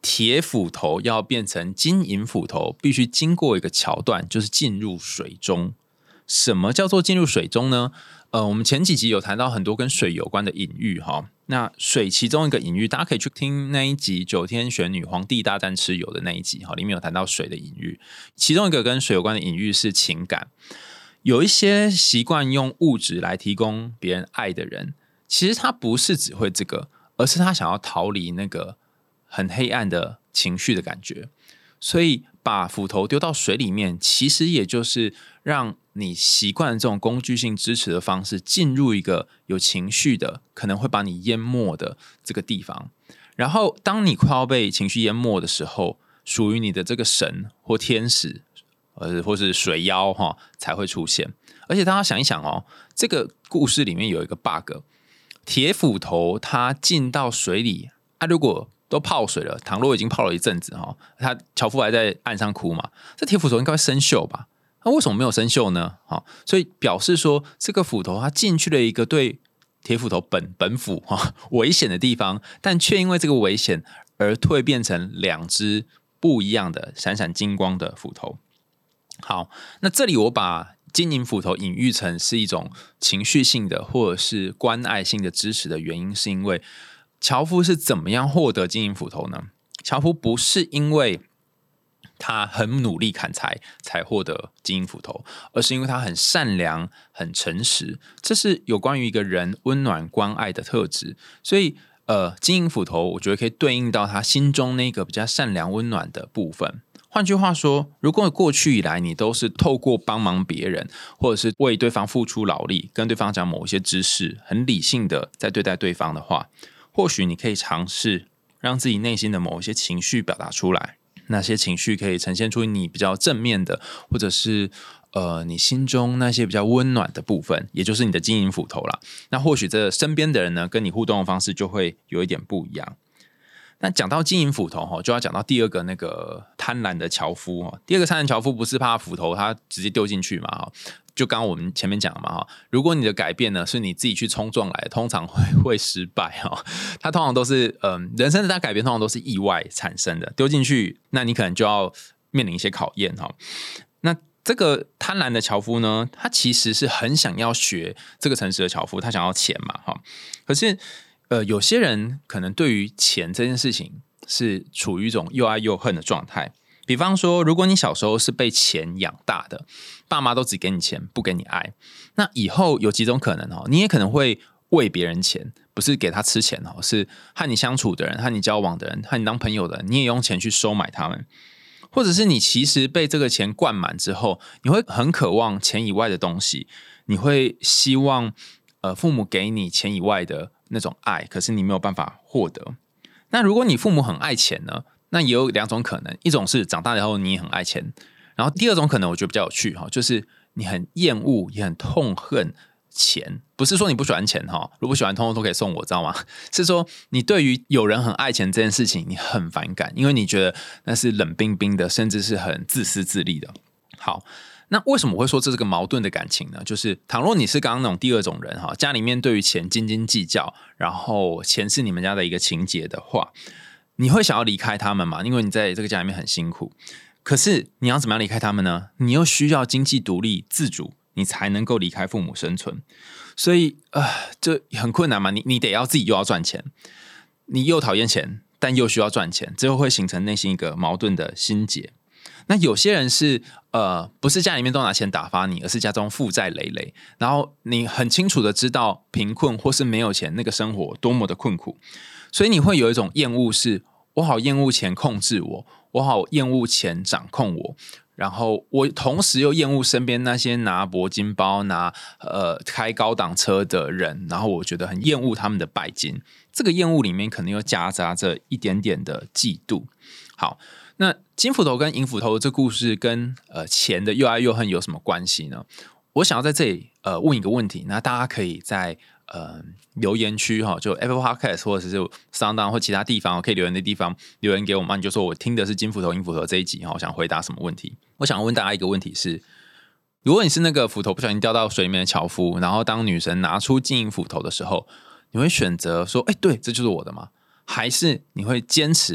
铁斧头要变成金银斧头，必须经过一个桥段，就是进入水中。什么叫做进入水中呢？呃，我们前几集有谈到很多跟水有关的隐喻哈。那水其中一个隐喻，大家可以去听那一集九天玄女皇帝大战蚩尤的那一集哈，里面有谈到水的隐喻。其中一个跟水有关的隐喻是情感。有一些习惯用物质来提供别人爱的人，其实他不是只会这个，而是他想要逃离那个很黑暗的情绪的感觉。所以把斧头丢到水里面，其实也就是让你习惯这种工具性支持的方式进入一个有情绪的，可能会把你淹没的这个地方。然后当你快要被情绪淹没的时候，属于你的这个神或天使呃，或是水妖、哦、才会出现。而且大家想一想哦，这个故事里面有一个 bug， 铁斧头它进到水里啊，如果都泡水了，倘若已经泡了一阵子、哦、他樵夫还在岸上哭嘛，这铁斧头应该会生锈吧？那为什么没有生锈呢？哦、所以表示说这个斧头它进去了一个对铁斧头本本斧、哦、危险的地方，但却因为这个危险而蜕变成两只不一样的闪闪金光的斧头。好，那这里我把金银斧头隐喻成是一种情绪性的或者是关爱性的支持的原因，是因为樵夫是怎么样获得金银斧头呢？樵夫不是因为他很努力砍柴才获得金银斧头，而是因为他很善良很诚实，这是有关于一个人温暖关爱的特质。所以呃，金银斧头我觉得可以对应到他心中那个比较善良温暖的部分。换句话说，如果过去以来你都是透过帮忙别人，或者是为对方付出劳力，跟对方讲某一些知识，很理性的在对待对方的话，或许你可以尝试让自己内心的某一些情绪表达出来。那些情绪可以呈现出你比较正面的，或者是呃你心中那些比较温暖的部分，也就是你的金银斧头啦。那或许这身边的人呢，跟你互动的方式就会有一点不一样。那讲到金银斧头，就要讲到第二个那个贪婪的樵夫。第二个贪婪樵夫不是怕斧头他直接丢进去嘛？就刚刚我们前面讲嘛，如果你的改变呢是你自己去冲撞来的，通常 会, 会失败。它通常都是、呃、人生的大改变通常都是意外产生的，丢进去那你可能就要面临一些考验。那这个贪婪的樵夫呢，他其实是很想要学这个诚实的樵夫，他想要钱嘛。可是呃，有些人可能对于钱这件事情是处于一种又爱又恨的状态。比方说，如果你小时候是被钱养大的，爸妈都只给你钱不给你爱，那以后有几种可能哦，你也可能会喂别人钱，不是给他吃钱哦，是和你相处的人、和你交往的人、和你当朋友的人，你也用钱去收买他们。或者是你其实被这个钱灌满之后，你会很渴望钱以外的东西，你会希望呃父母给你钱以外的那种爱，可是你没有办法获得。那如果你父母很爱钱呢，那也有两种可能，一种是长大以后你也很爱钱，然后第二种可能我觉得比较有趣，就是你很厌恶也很痛恨钱。不是说你不喜欢钱，如果不喜欢通通都可以送我，知道吗？是说你对于有人很爱钱这件事情你很反感，因为你觉得那是冷冰冰的，甚至是很自私自利的。好，那为什么我会说这是个矛盾的感情呢？就是倘若你是刚刚那种第二种人，家里面对于钱斤斤计较，然后钱是你们家的一个情节的话，你会想要离开他们吗？因为你在这个家里面很辛苦。可是你要怎么样离开他们呢？你又需要经济独立自主，你才能够离开父母生存。所以呃，这很困难嘛，你你得要自己又要赚钱，你又讨厌钱但又需要赚钱，最后会形成内心一个矛盾的心结。那有些人是呃，不是家里面都拿钱打发你，而是家中负债累累，然后你很清楚的知道贫困或是没有钱那个生活多么的困苦，所以你会有一种厌恶，是我好厌恶钱控制我，我好厌恶钱掌控我，然后我同时又厌恶身边那些拿铂金包拿呃开高档车的人，然后我觉得很厌恶他们的拜金。这个厌恶里面可能又夹杂着一点点的嫉妒。好，那金斧头跟银斧头这故事跟呃钱的又爱又恨有什么关系呢？我想要在这里呃问一个问题，那大家可以在呃留言区哈，就 Apple Podcast 或者是 SoundOn 或其他地方可以留言的地方留言给我们，你就说我听的是金斧头银斧头这一集哈，我想回答什么问题？我想问大家一个问题是，如果你是那个斧头不小心掉到水里面的樵夫，然后当女神拿出金银斧头的时候，你会选择说，哎，对，这就是我的吗？还是你会坚持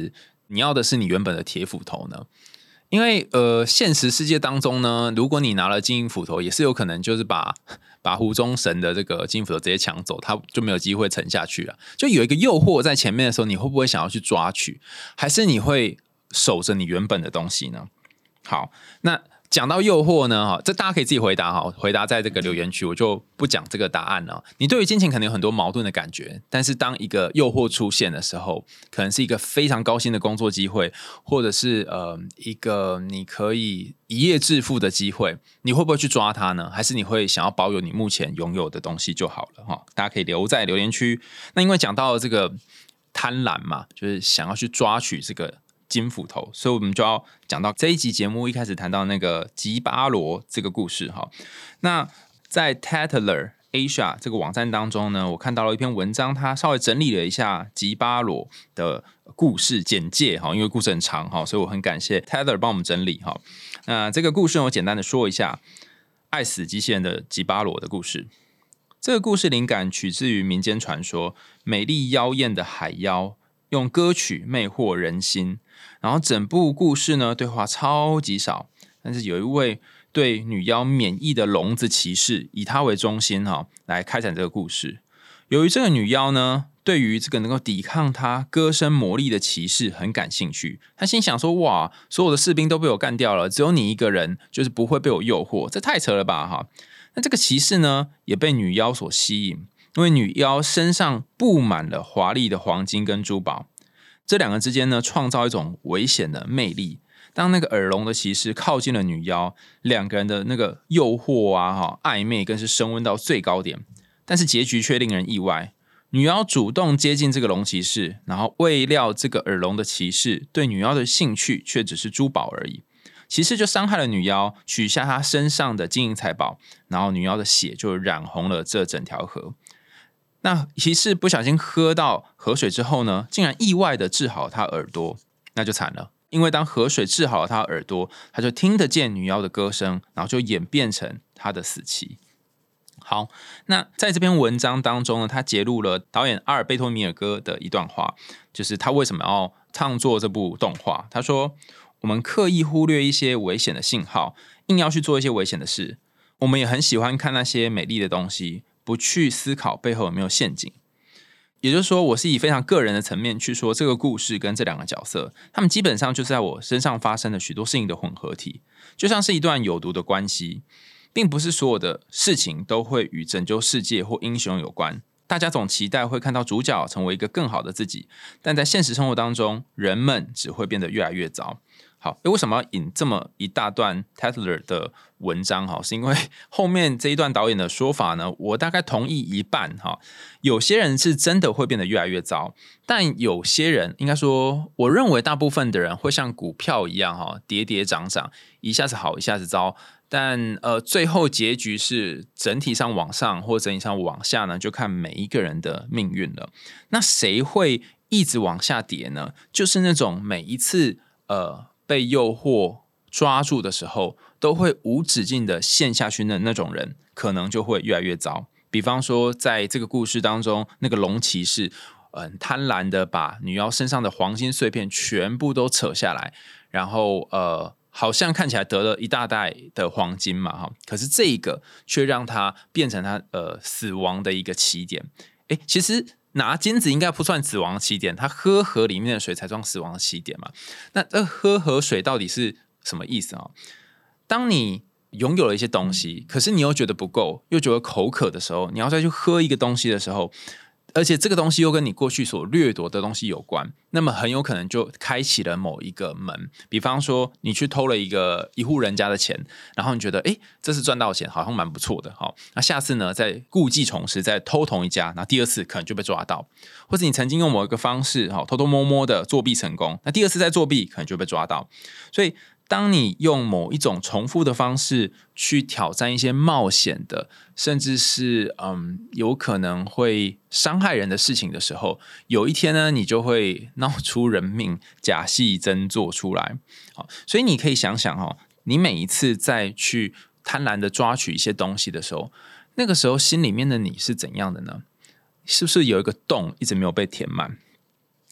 你要的是你原本的铁斧头呢？因为呃，现实世界当中呢，如果你拿了金银斧头，也是有可能就是把把湖中神的这个金银斧头直接抢走，他就没有机会沉下去了。就有一个诱惑在前面的时候，你会不会想要去抓取，还是你会守着你原本的东西呢？好，那讲到诱惑呢，这大家可以自己回答哈，回答在这个留言区，我就不讲这个答案了。你对于金钱可能有很多矛盾的感觉，但是当一个诱惑出现的时候，可能是一个非常高薪的工作机会，或者是呃一个你可以一夜致富的机会，你会不会去抓它呢？还是你会想要保有你目前拥有的东西就好了哈？大家可以留在留言区。那因为讲到这个贪婪嘛，就是想要去抓取这个金斧头，所以我们就要讲到这一集节目一开始谈到那个吉巴罗这个故事哈。那在 Tatler Asia 这个网站当中呢，我看到了一篇文章，它稍微整理了一下吉巴罗的故事简介哈，因为故事很长哈，所以我很感谢 Tatler 帮我们整理哈。那这个故事我简单的说一下，爱死机器人的吉巴罗的故事。这个故事灵感取自于民间传说，美丽妖艳的海妖用歌曲魅惑人心，然后整部故事呢对话超级少，但是有一位对女妖免疫的聋子骑士，以他为中心哈，来开展这个故事。由于这个女妖呢，对于这个能够抵抗她歌声魔力的骑士很感兴趣，她心想说：哇，所有的士兵都被我干掉了，只有你一个人就是不会被我诱惑，这太扯了吧哈！那这个骑士呢，也被女妖所吸引，因为女妖身上布满了华丽的黄金跟珠宝，这两个之间呢，创造一种危险的魅力。当那个耳聋的骑士靠近了女妖，两个人的那个诱惑啊、暧昧更是升温到最高点。但是结局却令人意外，女妖主动接近这个龙骑士，然后未料这个耳聋的骑士对女妖的兴趣却只是珠宝而已。骑士就伤害了女妖，取下她身上的金银财宝，然后女妖的血就染红了这整条河。那骑士不小心喝到河水之后呢，竟然意外的治好他耳朵，那就惨了。因为当河水治好了他耳朵，他就听得见女妖的歌声，然后就演变成他的死期。好，那在这篇文章当中呢，他揭露了导演阿尔贝托米尔哥的一段话，就是他为什么要创作这部动画。他说，我们刻意忽略一些危险的信号，硬要去做一些危险的事。我们也很喜欢看那些美丽的东西，不去思考背后有没有陷阱。也就是说，我是以非常个人的层面去说这个故事跟这两个角色，他们基本上就是在我身上发生的许多事情的混合体，就像是一段有毒的关系。并不是所有的事情都会与拯救世界或英雄有关。大家总期待会看到主角成为一个更好的自己，但在现实生活当中，人们只会变得越来越糟。好，为什么要引这么一大段 Tatler 的文章？是因为后面这一段导演的说法呢，我大概同意一半。有些人是真的会变得越来越糟，但有些人应该说，我认为大部分的人会像股票一样跌跌涨涨，一下子好，一下子糟。但呃，最后结局是整体上往上或整体上往下呢，就看每一个人的命运了。那谁会一直往下跌呢？就是那种每一次呃被诱惑抓住的时候，都会无止境的陷下去的那种人，可能就会越来越糟。比方说，在这个故事当中，那个龙骑士很、呃、贪婪的把女妖身上的黄金碎片全部都扯下来，然后呃。好像看起来得了一大袋的黄金嘛，可是这个却让他变成他呃死亡的一个起点。诶，其实拿金子应该不算死亡的起点，他喝河里面的水才算死亡的起点嘛。那这喝河水到底是什么意思啊？当你拥有了一些东西，可是你又觉得不够，又觉得口渴的时候，你要再去喝一个东西的时候，而且这个东西又跟你过去所掠夺的东西有关，那么很有可能就开启了某一个门。比方说你去偷了一个一户人家的钱，然后你觉得诶这次赚到钱好像蛮不错的，好，那下次呢再故技重施，再偷同一家，那第二次可能就被抓到。或者你曾经用某一个方式偷偷摸摸的作弊成功，那第二次再作弊可能就被抓到。所以当你用某一种重复的方式去挑战一些冒险的，甚至是嗯有可能会伤害人的事情的时候，有一天呢，你就会闹出人命，假戏真做出来。好，所以你可以想想哦，你每一次再去贪婪的抓取一些东西的时候，那个时候心里面的你是怎样的呢？是不是有一个洞一直没有被填满？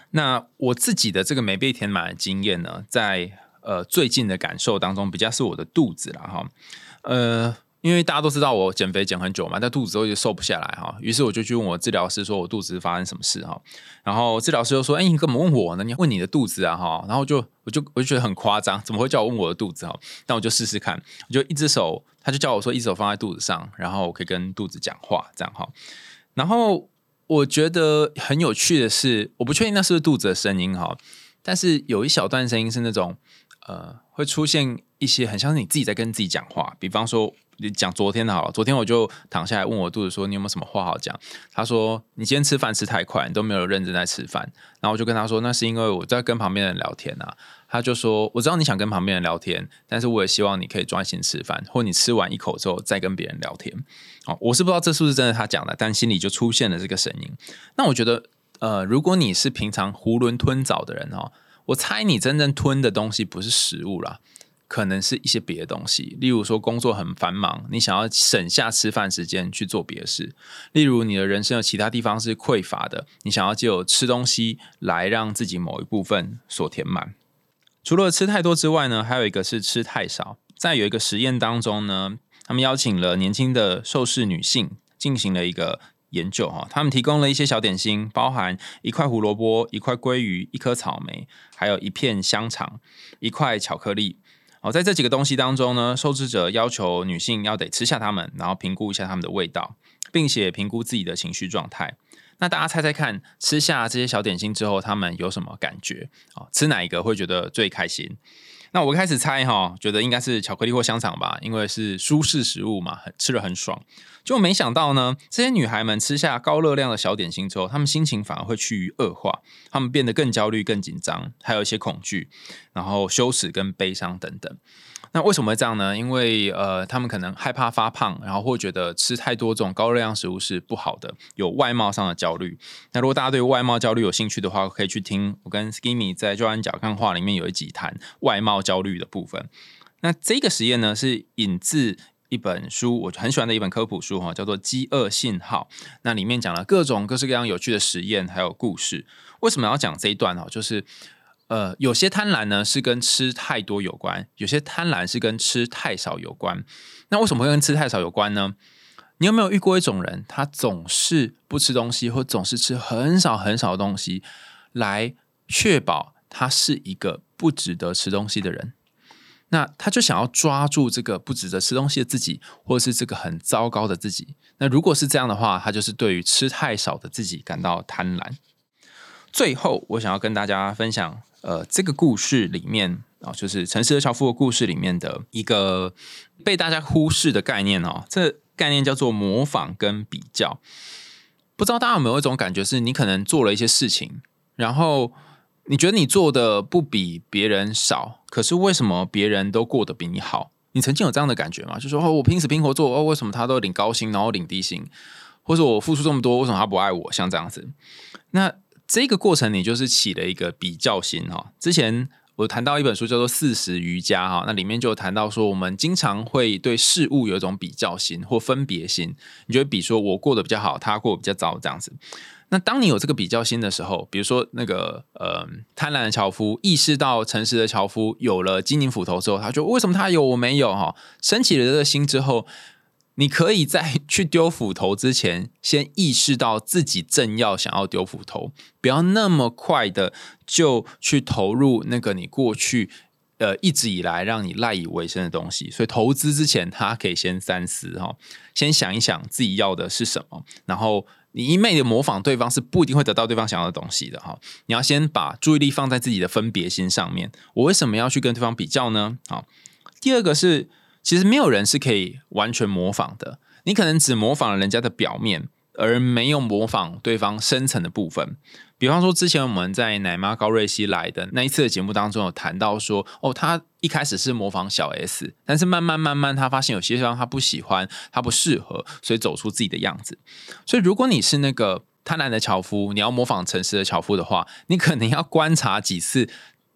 那我自己的这个没被填满的经验呢，在呃最近的感受当中，比较是我的肚子啦哈，呃。因为大家都知道我减肥减很久嘛，但肚子都一直瘦不下来哈，于是我就去问我治疗师说我肚子发生什么事哈，然后治疗师就说：“哎、欸，你怎么问我呢？你问你的肚子啊哈。”然后就我就我就觉得很夸张，怎么会叫我问我的肚子哈？但我就试试看，我就一只手，他就叫我说一只手放在肚子上，然后我可以跟肚子讲话这样哈。然后我觉得很有趣的是，我不确定那是不是肚子的声音哈，但是有一小段声音是那种呃会出现一些很像是你自己在跟自己讲话，比方说。你讲昨天的好了，昨天我就躺下来问我肚子说：“你有没有什么话好讲？”他说：“你今天吃饭吃太快，你都没有认真在吃饭。”然后我就跟他说：“那是因为我在跟旁边的人聊天啊。”他就说：“我知道你想跟旁边人聊天，但是我也希望你可以专心吃饭，或你吃完一口之后再跟别人聊天。”哦，我是不知道这是不是真的他讲的，但心里就出现了这个声音。那我觉得，呃，如果你是平常囫囵吞枣的人哦，我猜你真正吞的东西不是食物啦。可能是一些别的东西，例如说工作很繁忙，你想要省下吃饭时间去做别的事；例如你的人生有其他地方是匮乏的，你想要借由吃东西来让自己某一部分所填满。除了吃太多之外呢，还有一个是吃太少。在有一个实验当中呢，他们邀请了年轻的受试女性进行了一个研究，他们提供了一些小点心，包含一块胡萝卜、一块鲑鱼、一颗草莓，还有一片香肠、一块巧克力。好，在这几个东西当中呢，受试者要求女性要得吃下它们，然后评估一下它们的味道，并且评估自己的情绪状态。那大家猜猜看，吃下这些小点心之后，他们有什么感觉？吃哪一个会觉得最开心？那我开始猜哈，觉得应该是巧克力或香肠吧，因为是舒适食物嘛，吃得很爽。结果没想到呢，这些女孩们吃下高热量的小点心之后，她们心情反而会趋于恶化，她们变得更焦虑、更紧张，还有一些恐惧，然后羞耻跟悲伤等等。那为什么会这样呢？因为呃，他们可能害怕发胖，然后或觉得吃太多这种高热量食物是不好的，有外貌上的焦虑。那如果大家对外貌焦虑有兴趣的话，可以去听我跟 Skimmy 在就安讲干话里面有一集谈外貌焦虑的部分。那这个实验呢，是引自一本书，我很喜欢的一本科普书，叫做《饥饿信号》。那里面讲了各种各式各样有趣的实验还有故事。为什么要讲这一段？就是呃，有些贪婪呢是跟吃太多有关，有些贪婪是跟吃太少有关。那为什么会跟吃太少有关呢？你有没有遇过一种人，他总是不吃东西，或总是吃很少很少的东西，来确保他是一个不值得吃东西的人？那他就想要抓住这个不值得吃东西的自己，或者是这个很糟糕的自己。那如果是这样的话，他就是对于吃太少的自己感到贪婪。最后，我想要跟大家分享，呃，这个故事里面哦，就是诚实的樵夫的故事里面的一个被大家忽视的概念哦。这个概念叫做模仿跟比较。不知道大家有没有一种感觉，是你可能做了一些事情，然后你觉得你做的不比别人少，可是为什么别人都过得比你好？你曾经有这样的感觉吗？就说哦，我拼死拼活做，哦，为什么他都领高薪，然后领低薪？或者我付出这么多，为什么他不爱我？像这样子，那这个过程你就是起了一个比较心哈。之前我谈到一本书叫做《四十瑜伽》哈，那里面就有谈到说，我们经常会对事物有一种比较心或分别心，你就会比说我过得比较好，他过得比较糟这样子。那当你有这个比较心的时候，比如说那个呃贪婪的樵夫意识到诚实的樵夫有了金银斧头之后，他就为什么他有我没有哈？升起了这个心之后，你可以在去丢斧头之前，先意识到自己正要想要丢斧头，不要那么快的就去投入那个你过去呃一直以来让你赖以为生的东西。所以投资之前，他可以先三思哈，先想一想自己要的是什么，然后你一昧的模仿对方是不一定会得到对方想要的东西的哈。你要先把注意力放在自己的分别心上面。我为什么要去跟对方比较呢？好，第二个是，其实没有人是可以完全模仿的。你可能只模仿了人家的表面，而没有模仿对方深层的部分。比方说，之前我们在奶妈高瑞希来的那一次的节目当中有谈到说，哦，他一开始是模仿小 S， 但是慢慢慢慢他发现有些地方他不喜欢，他不适合，所以走出自己的样子。所以如果你是那个贪婪的樵夫，你要模仿诚实的樵夫的话，你可能要观察几次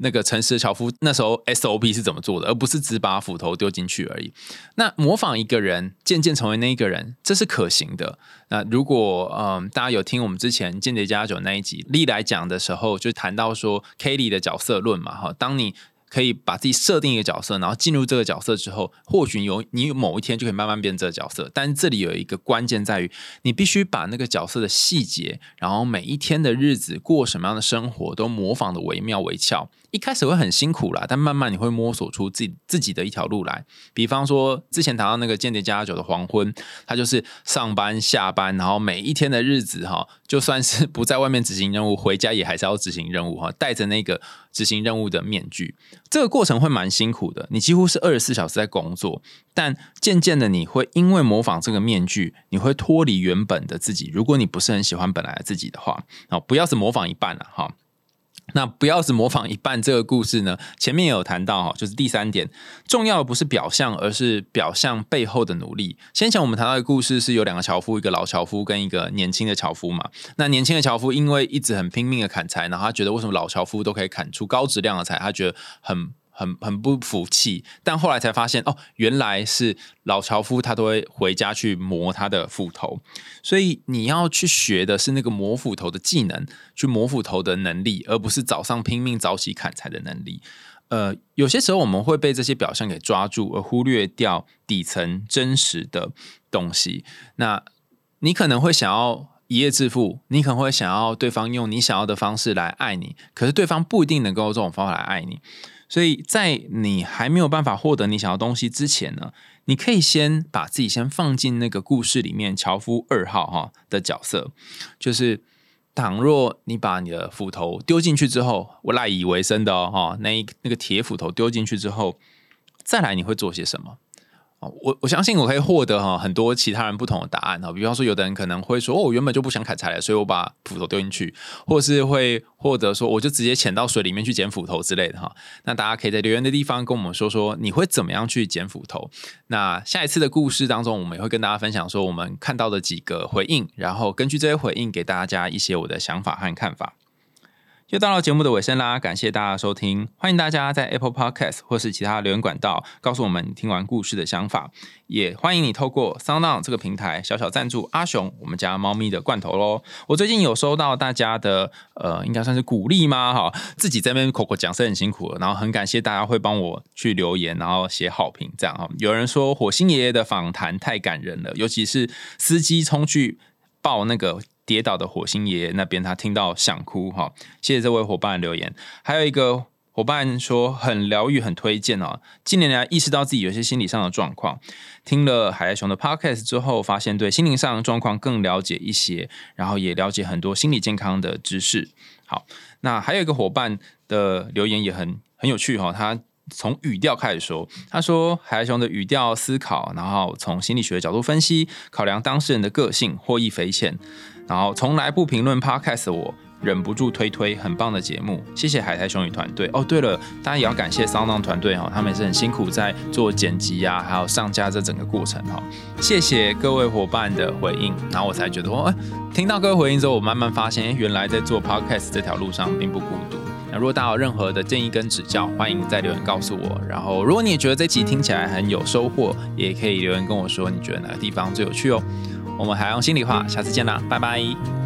那个诚实的樵夫那时候 S O P 是怎么做的，而不是只把斧头丢进去而已。那模仿一个人，渐渐成为那一个人，这是可行的。那如果嗯大家有听我们之前《间谍加酒》那一集历来讲的时候，就谈到说 Kelly 的角色论嘛，哈，当你可以把自己设定一个角色，然后进入这个角色之后，或许有你某一天就可以慢慢变这个角色。但这里有一个关键在于，你必须把那个角色的细节，然后每一天的日子过什么样的生活，都模仿的惟妙惟肖。一开始会很辛苦啦，但慢慢你会摸索出自己自己的一条路来。比方说之前谈到那个间谍加酒的黄昏，他就是上班下班，然后每一天的日子哈，就算是不在外面执行任务，回家也还是要执行任务哈，带着那个执行任务的面具。这个过程会蛮辛苦的，你几乎是二十四小时在工作，但渐渐的你会因为模仿这个面具，你会脱离原本的自己。如果你不是很喜欢本来的自己的话，不要只模仿一半啊哈。那不要只模仿一半这个故事呢，前面也有谈到，就是第三点，重要的不是表象，而是表象背后的努力。先前我们谈到的故事是有两个樵夫，一个老樵夫跟一个年轻的樵夫嘛。那年轻的樵夫因为一直很拼命的砍柴，然后他觉得为什么老樵夫都可以砍出高质量的柴，他觉得很很很不服气，但后来才发现哦，原来是老樵夫他都会回家去磨他的斧头，所以你要去学的是那个磨斧头的技能，去磨斧头的能力，而不是早上拼命早起砍柴的能力。呃，有些时候我们会被这些表象给抓住，而忽略掉底层真实的东西。那你可能会想要一夜致富，你可能会想要对方用你想要的方式来爱你，可是对方不一定能够用这种方法来爱你。所以在你还没有办法获得你想要的东西之前呢，你可以先把自己先放进那个故事里面樵夫二号哈的角色，就是倘若你把你的斧头丢进去之后，我赖以为生的哦，那一那个铁斧头丢进去之后，再来你会做些什么？我我相信我可以获得很多其他人不同的答案，比方说有的人可能会说，哦，我原本就不想砍柴了，所以我把斧头丢进去，或是会获得说我就直接潜到水里面去捡斧头之类的。那大家可以在留言的地方跟我们说说你会怎么样去捡斧头。那下一次的故事当中，我们也会跟大家分享说我们看到的几个回应，然后根据这些回应给大家一些我的想法和看法。又到了节目的尾声啦，感谢大家的收听，欢迎大家在 Apple Podcast 或是其他留言管道告诉我们听完故事的想法，也欢迎你透过 SoundOn 这个平台小小赞助阿雄我们家猫咪的罐头咯。我最近有收到大家的呃，应该算是鼓励吗？哈，自己在那边口口讲是很辛苦了，然后很感谢大家会帮我去留言，然后写好评这样哈。有人说火星爷爷的访谈太感人了，尤其是司机冲去抱那个跌倒的火星爷爷那边，他听到想哭哈，谢谢这位伙伴的留言。还有一个伙伴说很疗愈，很推荐哦。近年来意识到自己有些心理上的状况，听了海苔熊的 podcast 之后，发现对心灵上的状况更了解一些，然后也了解很多心理健康的知识。好，那还有一个伙伴的留言也很很有趣哈，他从语调开始说，他说海苔熊的语调思考，然后从心理学的角度分析，考量当事人的个性，获益匪浅。然后从来不评论 podcast 的我忍不住推推，很棒的节目，谢谢海苔熊与团队。哦，对了，大家也要感谢 SoundOn 团队哈，他们也是很辛苦在做剪辑啊，还有上架这整个过程哈。谢谢各位伙伴的回应，然后我才觉得哦，听到各位回应之后，我慢慢发现，原来在做 podcast 这条路上并不孤独。那如果大家有任何的建议跟指教，欢迎在留言告诉我。然后，如果你也觉得这集听起来很有收获，也可以留言跟我说，你觉得哪个地方最有趣哦。我们海洋心里话，下次见啦，拜拜。